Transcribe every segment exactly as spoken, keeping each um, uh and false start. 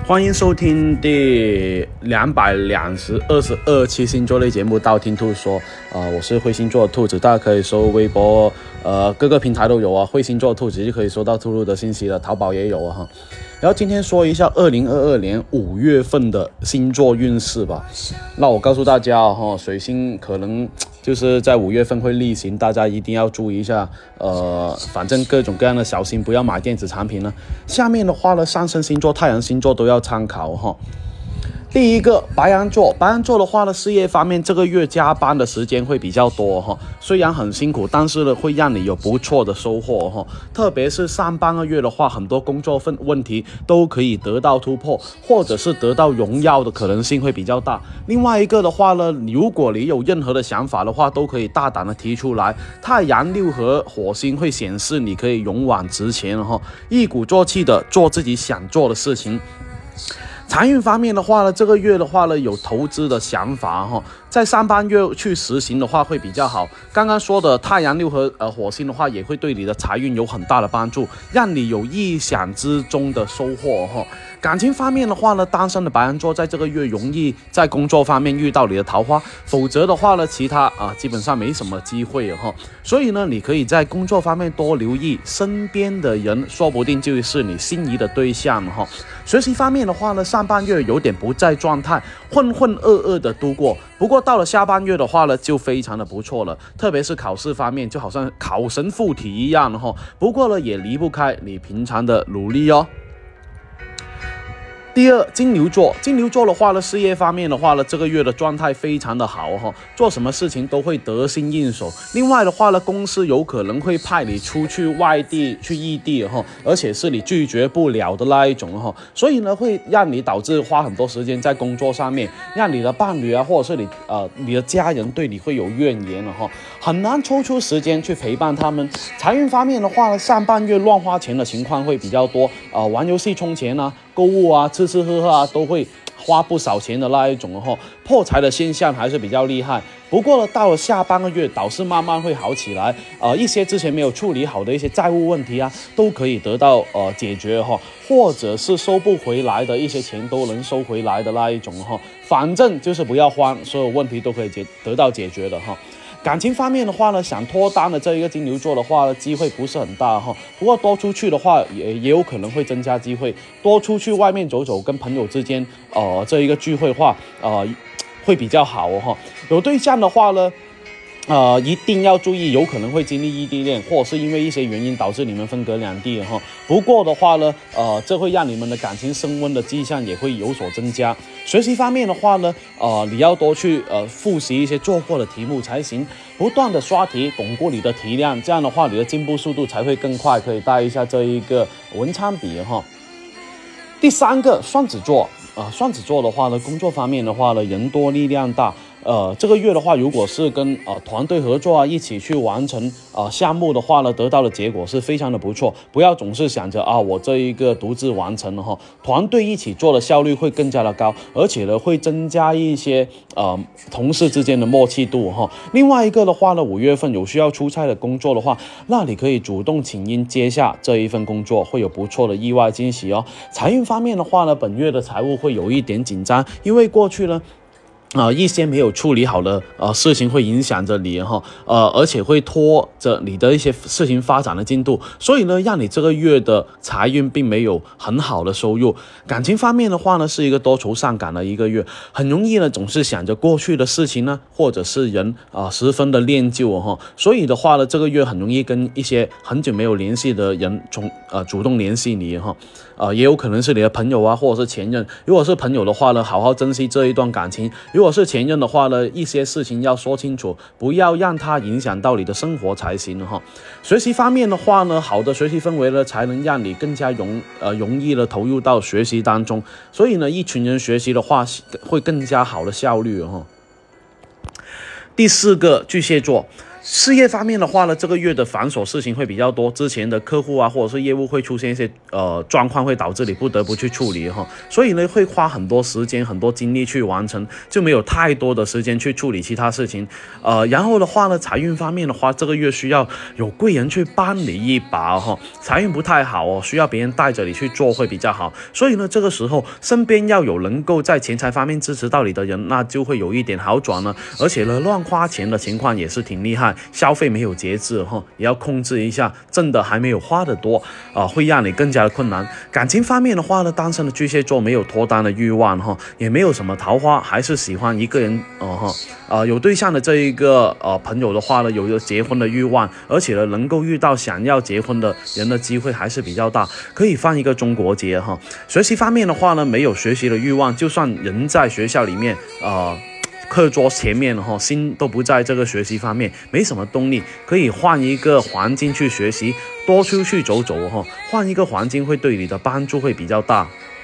欢迎收听第两百二十二期星座类节目《道听途说》。呃，我是会星座的兔子，大家可以搜微博，呃，各个平台都有啊。会星座的兔子就可以收到兔兔的信息了，淘宝也有啊哈。然后今天说一下二零二二年五月份的星座运势吧。那我告诉大家哈，水星可能就是在五月份会逆行，大家一定要注意一下。呃，反正各种各样的小心，不要买电子产品呢。下面的话呢，上升星座、太阳星座都要参考哈。第一个白羊座，白羊座的话呢，事业方面这个月加班的时间会比较多哈，虽然很辛苦，但是呢会让你有不错的收获哈。特别是上半个月的话，很多工作份问题都可以得到突破，或者是得到荣耀的可能性会比较大。另外一个的话呢，如果你有任何的想法的话，都可以大胆的提出来。太阳六合火星会显示你可以勇往直前哈，一鼓作气的做自己想做的事情。财运方面的话呢，这个月的话呢，有投资的想法哈，在上半月去实行的话会比较好。刚刚说的太阳六合呃火星的话，也会对你的财运有很大的帮助，让你有意想之中的收获哈。感情方面的话呢，单身的白羊座在这个月容易在工作方面遇到你的桃花，否则的话呢，其他啊、呃、基本上没什么机会哈。所以呢，你可以在工作方面多留意身边的人，说不定就是你心仪的对象哈。学习方面的话呢，上半月有点不在状态，浑浑噩噩的度过。不过到了下半月的话呢，就非常的不错了，特别是考试方面，就好像考神附体一样哈。不过呢，也离不开你平常的努力哦。第二，金牛座，金牛座的话呢，事业方面的话呢，这个月的状态非常的好哈，做什么事情都会得心应手。另外的话呢，公司有可能会派你出去外地、去异地哈，而且是你拒绝不了的那一种哈，所以呢，会让你导致花很多时间在工作上面，让你的伴侣啊，或者是你呃你的家人对你会有怨言了哈，很难抽出时间去陪伴他们。财运方面的话呢，上半月乱花钱的情况会比较多啊、呃，玩游戏充钱啊，购物啊，吃吃喝喝啊，都会花不少钱的那一种哈，破财的现象还是比较厉害。不过呢，到了下半个月，倒是慢慢会好起来。呃，一些之前没有处理好的一些债务问题啊，都可以得到呃解决哈，或者是收不回来的一些钱都能收回来的那一种哈。反正就是不要慌，所有问题都可以解得到解决的哈。感情方面的话呢，想脱单的这一个金牛座的话呢，机会不是很大哈。不过多出去的话也，也有可能会增加机会。多出去外面走走，跟朋友之间，呃，这一个聚会的话，呃，会比较好哦哈。有对象的话呢，呃，一定要注意，有可能会经历异地恋，或者是因为一些原因导致你们分隔两地哈。不过的话呢，呃，这会让你们的感情升温的迹象也会有所增加。学习方面的话呢，呃，你要多去呃复习一些做过的题目才行，不断的刷题，巩固你的题量，这样的话你的进步速度才会更快。可以带一下这一个文昌笔哈。第三个，双子座，呃，双子座的话呢，工作方面的话呢，人多力量大。呃，这个月的话，如果是跟呃团队合作啊，一起去完成呃项目的话呢，得到的结果是非常的不错。不要总是想着啊，我这一个独自完成了哈，团队一起做的效率会更加的高，而且呢，会增加一些呃同事之间的默契度哈。另外一个的话呢，五月份有需要出差的工作的话，那你可以主动请缨接下这一份工作，会有不错的意外惊喜哦。财运方面的话呢，本月的财务会有一点紧张，因为过去呢。啊、呃，一些没有处理好的呃事情会影响着你哈，呃，而且会拖着你的一些事情发展的进度，所以呢，让你这个月的财运并没有很好的收入。感情方面的话呢，是一个多愁善感的一个月，很容易呢总是想着过去的事情呢，或者是人啊、呃、十分的恋旧哈，所以的话呢，这个月很容易跟一些很久没有联系的人从呃主动联系你哈，呃，也有可能是你的朋友啊，或者是前任。如果是朋友的话呢，好好珍惜这一段感情。如果是前任的话呢，一些事情要说清楚，不要让它影响到你的生活才行哈。学习方面的话呢，好的学习氛围呢，才能让你更加容呃容易的投入到学习当中。所以呢，一群人学习的话，会更加好的效率哈。第四个，巨蟹座。 事业方面的话呢，这个月的繁琐事情会比较多，之前的客户啊或者是业务会出现一些呃状况，会导致你不得不去处理哈，所以呢会花很多时间、很多精力去完成，就没有太多的时间去处理其他事情。呃，然后的话呢，财运方面的话，这个月需要有贵人去帮你一把哈，财运不太好哦，需要别人带着你去做会比较好。所以呢，这个时候身边要有能够在钱财方面支持到你的人，那就会有一点好转了。而且呢，乱花钱的情况也是挺厉害。消费没有节制哈，也要控制一下，挣的还没有花的多啊、呃，会让你更加的困难。感情方面的话呢，单身的巨蟹座没有脱单的欲望哈，也没有什么桃花，还是喜欢一个人哦哈。呃，有对象的这一个呃朋友的话呢，有结婚的欲望，而且呢，能够遇到想要结婚的人的机会还是比较大，可以放一个中国结哈。学习方面的话呢，没有学习的欲望，就算人在学校里面呃。课桌前面哈，心都不在这个学习方面，没什么动力，可以换一个环境去学习，多出去走走哈，换一个环境会对你的帮助会比较大。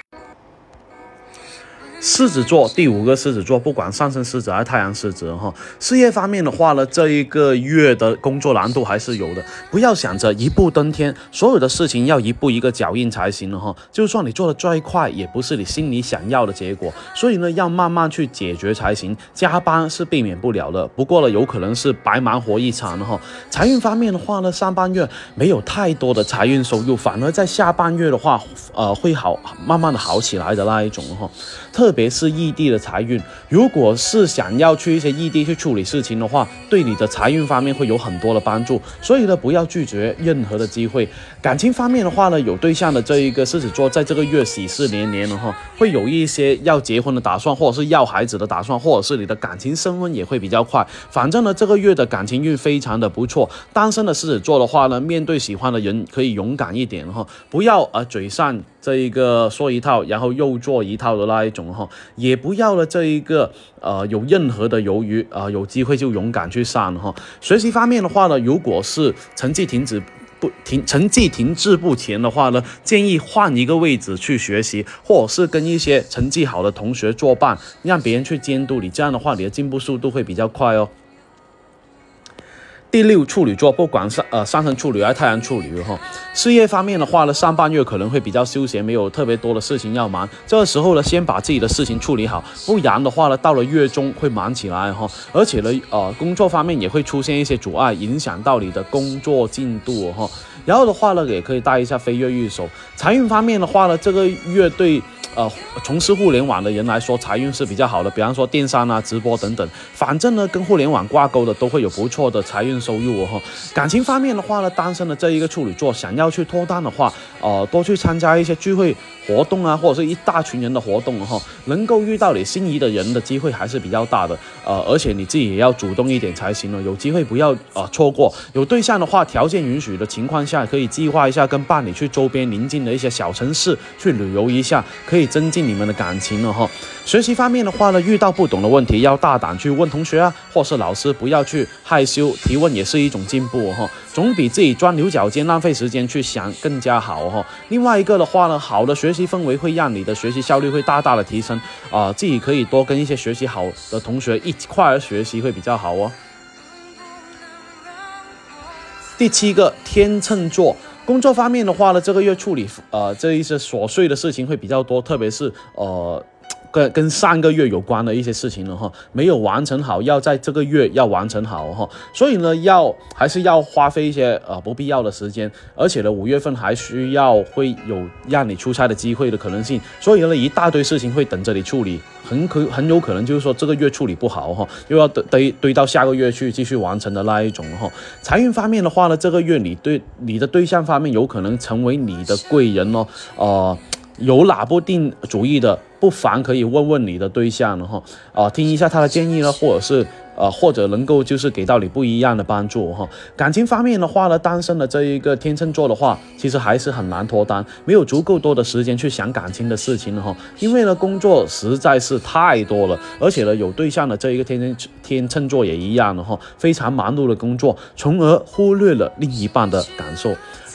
狮子座，第五个狮子座，不管上升狮子还是太阳狮子哈，事业方面的话呢，这一个月的工作难度还是有的，不要想着一步登天，所有的事情要一步一个脚印才行了哈。就算你做的再快，也不是你心里想要的结果，所以呢，要慢慢去解决才行。加班是避免不了的，不过呢，有可能是白忙活一场哈。财运方面的话呢，上半月没有太多的财运收入，反而在下半月的话，呃，会好慢慢的好起来的那一种哈。特别是异地的财运，如果是想要去一些异地去处理事情的话，对你的财运方面会有很多的帮助，所以呢，不要拒绝任何的机会。感情方面的话呢，有对象的这一个狮子座，在这个月喜事连连的哈，会有一些要结婚的打算，或者是要孩子的打算，或者是你的感情升温也会比较快。反正呢，这个月的感情运非常的不错。单身的狮子座的话呢，面对喜欢的人可以勇敢一点哈，不要呃嘴上这一个说一套，然后又做一套的那一种哈，也不要了这一个呃有任何的犹豫啊、呃，有机会就勇敢去上哈。学习方面的话呢，如果是成绩停止不停成绩停滞不前的话呢，建议换一个位置去学习，或者是跟一些成绩好的同学作伴，让别人去监督你，这样的话你的进步速度会比较快哦。第六，处女座，不管上呃上升处女还是太阳处女哈，事业方面的话呢，上半月可能会比较休闲，没有特别多的事情要忙。这个时候呢，先把自己的事情处理好，不然的话呢，到了月中会忙起来哈。而且呢，呃，工作方面也会出现一些阻碍，影响到你的工作进度哈。然后的话呢，也可以带一下飞跃御守。财运方面的话呢，这个月对呃从事互联网的人来说，财运是比较好的，比方说电商啊、直播等等，反正呢跟互联网挂钩的都会有不错的财运收入哦。感情方面的话呢，单身的这一个处女座想要去脱单的话，呃，多去参加一些聚会活动啊，或者是一大群人的活动哈，能够遇到你心仪的人的机会还是比较大的。呃，而且你自己也要主动一点才行了，有机会不要呃错过。有对象的话，条件允许的情况下，可以计划一下跟伴侣去周边邻近的一些小城市去旅游一下，可以增进你们的感情了哈。学习方面的话呢，遇到不懂的问题要大胆去问同学啊，或是老师，不要去害羞，提问也是一种进步哈，总比自己钻牛角尖浪费时间去想更加好哈。另外一个的话呢，好的学习氛围会让你的学习效率会大大的提升啊、呃，自己可以多跟一些学习好的同学一块儿学习会比较好哦。第七个，天秤座。工作方面的话呢，这个月处理呃这一些琐碎的事情会比较多，特别是呃跟跟上个月有关的一些事情了哈，没有完成好，要在这个月要完成好哈，所以呢要还是要花费一些呃不必要的时间，而且呢五月份还需要会有让你出差的机会的可能性，所以呢一大堆事情会等着你处理。很可很有可能就是说这个月处理不好哈，又要堆堆到下个月去继续完成的那一种哈。财运方面的话呢，这个月你对你的对象方面有可能成为你的贵人哦，呃，有拿不定主意的，不妨可以问问你的对象哈，啊、呃，听一下他的建议呢，或者是。呃，或者能够就是给到你不一样的帮助哈。感情方面的话呢，单身的这一个天秤座的话，其实还是很难脱单，没有足够多的时间去想感情的事情哈。因为呢，工作实在是太多了，而且呢，有对象的这一个天秤天秤座也一样的哈，非常忙碌的工作，从而忽略了另一半的感受。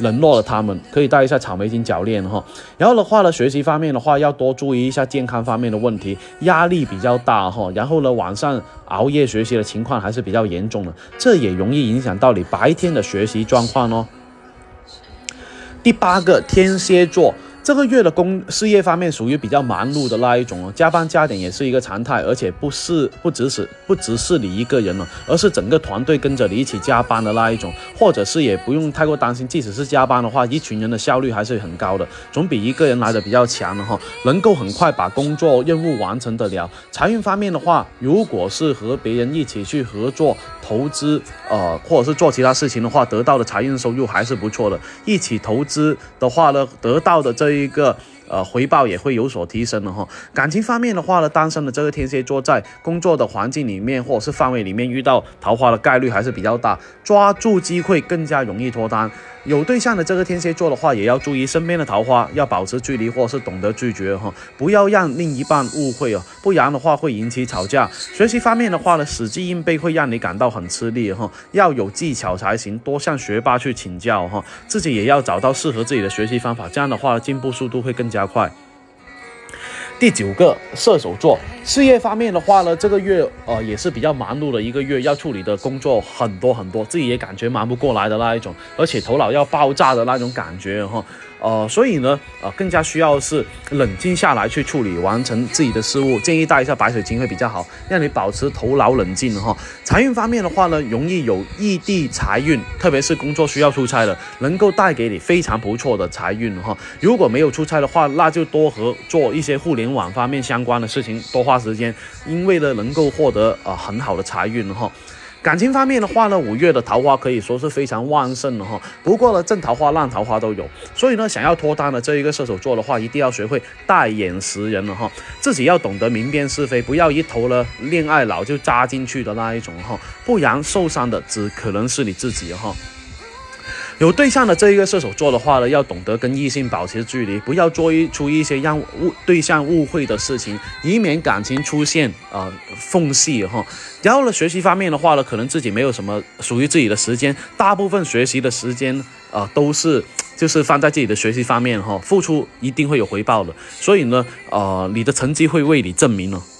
冷落了他们，可以带一下草莓金铰链哈。然后的话呢，学习方面的话要多注意一下健康方面的问题，压力比较大哈。然后呢，晚上熬夜学习的情况还是比较严重的，这也容易影响到你白天的学习状况哦。第八个，天蝎座。这个月的工事业方面属于比较忙碌的那一种哦，加班加点也是一个常态，而且不是不只是不只是你一个人了，而是整个团队跟着你一起加班的那一种，或者是也不用太过担心，即使是加班的话，一群人的效率还是很高的，总比一个人来的比较强的哈，能够很快把工作任务完成得了。财运方面的话，如果是和别人一起去合作投资，呃，或者是做其他事情的话，得到的财运收入还是不错的。一起投资的话呢，得到的这一个呃回报也会有所提升的哈。感情方面的话呢，单身的这个天蝎座在工作的环境里面或者是范围里面遇到桃花的概率还是比较大，抓住机会更加容易脱单。有对象的这个天蝎座的话，也要注意身边的桃花要保持距离，或是懂得拒绝哈，不要让另一半误会哦，不然的话会引起吵架。学习方面的话呢，死记硬背会让你感到很吃力哈，要有技巧才行，多向学霸去请教哈，自己也要找到适合自己的学习方法，这样的话进步速度会更加快。第九个，射手座。事业方面的话呢，这个月呃也是比较忙碌的一个月，要处理的工作很多很多，自己也感觉忙不过来的那一种，而且头脑要爆炸的那种感觉哈。呃，所以呢，呃，更加需要是冷静下来去处理，完成自己的事务。建议带一下白水晶会比较好，让你保持头脑冷静哈。财运方面的话呢，容易有异地财运，特别是工作需要出差的，能够带给你非常不错的财运哈。如果没有出差的话，那就多和做一些互联网方面相关的事情，多花时间，因为呢能够获得呃很好的财运哈。感情方面的话呢，五月的桃花可以说是非常旺盛的哈。不过呢，正桃花、烂桃花都有，所以呢，想要脱单的这一个射手座的话，一定要学会带眼识人了哈。自己要懂得明辨是非，不要一头了恋爱脑就扎进去的那一种哈，不然受伤的只可能是你自己哈。有对象的这一个射手座的话呢，要懂得跟异性保持距离，不要做一出一些让误对象误会的事情，以免感情出现呃缝隙哈。然后呢，学习方面的话呢，可能自己没有什么属于自己的时间，大部分学习的时间呃都是就是放在自己的学习方面哈，付出一定会有回报的，所以呢，呃，你的成绩会为你证明了。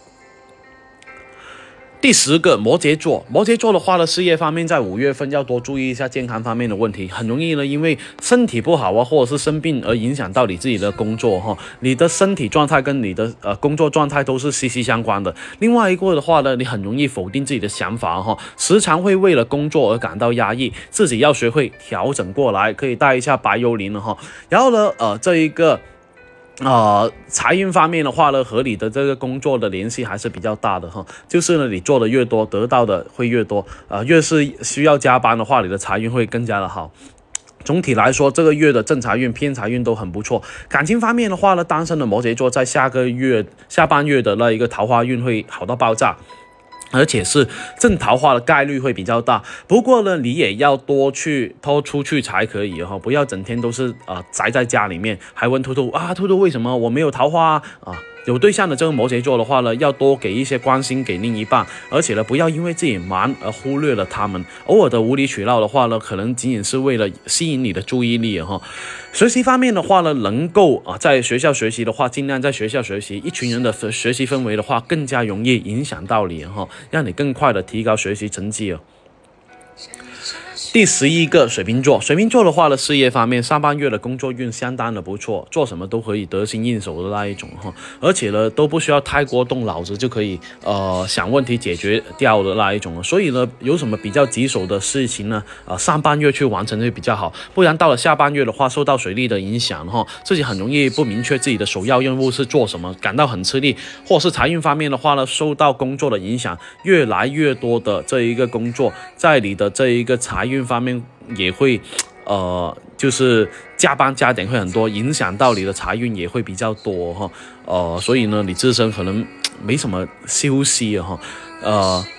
第十个，摩羯座。摩羯座的话呢，事业方面在五月份要多注意一下健康方面的问题，很容易呢因为身体不好啊，或者是生病而影响到你自己的工作哈。你的身体状态跟你的呃工作状态都是息息相关的。另外一个的话呢，你很容易否定自己的想法哈，时常会为了工作而感到压抑，自己要学会调整过来，可以带一下白幽灵了哈。然后呢，呃，这一个。呃，财运方面的话呢，和你的这个工作的联系还是比较大的哈。就是呢，你做的越多，得到的会越多。呃，越是需要加班的话，你的财运会更加的好。总体来说，这个月的正财运、偏财运都很不错。感情方面的话呢，单身的摩羯座在下个月、下半月的那一个桃花运会好到爆炸。而且是正桃花的概率会比较大，不过呢，你也要多去多出去才可以哈，不要整天都是呃宅在家里面，还问兔兔啊，兔兔为什么我没有桃花啊？啊有对象的这个摩羯座的话呢，要多给一些关心给另一半，而且呢，不要因为自己忙而忽略了他们。偶尔的无理取闹的话呢，可能仅仅是为了吸引你的注意力哈。学习方面的话呢，能够啊在学校学习的话，尽量在学校学习。一群人的学习氛围的话，更加容易影响到你哈，让你更快的提高学习成绩哦。第十一个，水瓶座。水瓶座的话呢，事业方面上半月的工作运相当的不错，做什么都可以得心应手的那一种哈，而且呢都不需要太过动脑子就可以呃想问题解决掉的那一种，所以呢有什么比较棘手的事情呢，呃上半月去完成会比较好，不然到了下半月的话，受到水逆的影响哈，自己很容易不明确自己的首要任务是做什么，感到很吃力，或者是财运方面的话呢，受到工作的影响，越来越多的这一个工作，在你的这一个财运方面也会呃就是加班加点会很多，影响到你的财运也会比较多哈，呃所以呢你自身可能没什么休息哈，呃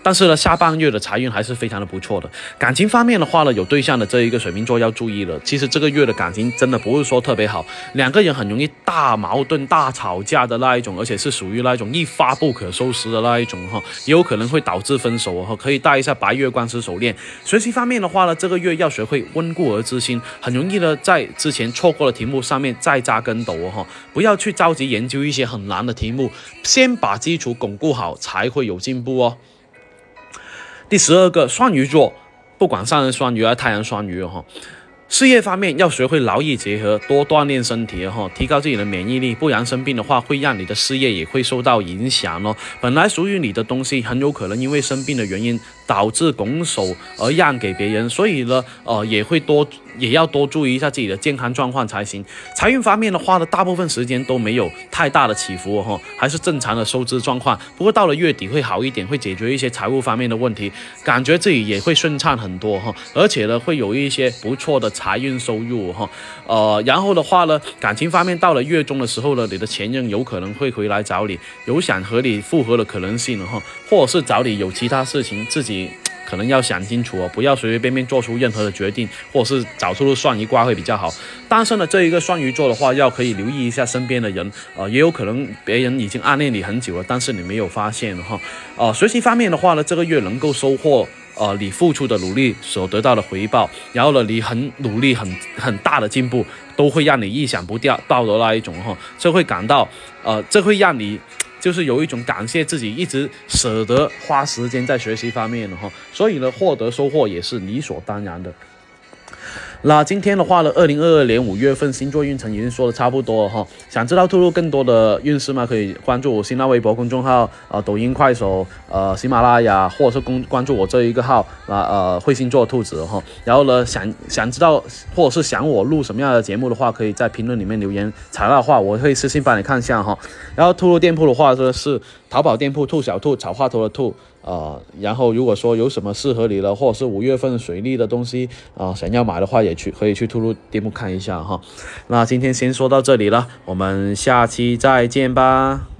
但是呢，下半月的财运还是非常的不错的。感情方面的话呢，有对象的这一个水瓶座要注意了，其实这个月的感情真的不是说特别好，两个人很容易大矛盾、大吵架的那一种，而且是属于那一种一发不可收拾的那一种哈，也有可能会导致分手哈。可以戴一下白月光石手链。学习方面的话呢，这个月要学会温故而知新，很容易呢在之前错过的题目上面再扎跟斗哈，不要去着急研究一些很难的题目，先把基础巩固好，才会有进步哦。第十二个，双鱼座，不管上升双鱼还是太阳双鱼哈。事业方面要学会劳逸结合，多锻炼身体哈，提高自己的免疫力，不然生病的话会让你的事业也会受到影响哦。本来属于你的东西，很有可能因为生病的原因导致拱手而让给别人，所以呢，呃，也会多也要多注意一下自己的健康状况才行。财运方面的话呢，大部分时间都没有太大的起伏哈，还是正常的收支状况。不过到了月底会好一点，会解决一些财务方面的问题，感觉自己也会顺畅很多哈，而且呢，会有一些不错的财运收入哈。呃，然后的话呢，感情方面到了月中的时候呢，你的前任有可能会回来找你，有想和你复合的可能性哈，或者是找你有其他事情，自己可能要想清楚哦，不要随随便便做出任何的决定，或者是找出双鱼卦会比较好。单身的这一个双鱼座的话，要可以留意一下身边的人，呃，也有可能别人已经暗恋你很久了，但是你没有发现哈。呃，学习方面的话呢，这个月能够收获呃你付出的努力所得到的回报，然后呢，你很努力很很大的进步，都会让你意想不到的那一种哈，这会感到呃，这会让你。就是有一种感谢自己一直舍得花时间在学习方面的哈，所以呢，获得收获也是理所当然的。那今天的话呢，二零二二年五月份星座运程已经说的差不多了哈。想知道兔兔更多的运势吗？可以关注我新浪微博公众号、呃抖音、快手、呃喜马拉雅，或者是公关注我这一个号啊呃会星座兔子哈。然后呢，想想知道或者是想我录什么样的节目的话，可以在评论里面留言，采纳的话我会私信帮你看一下哈。然后兔兔店铺的话呢是淘宝店铺兔小兔草花头的兔。呃，然后如果说有什么适合你的，或者是五月份水逆的东西啊、呃，想要买的话，也去可以去兔兔店铺看一下哈。那今天先说到这里了，我们下期再见吧。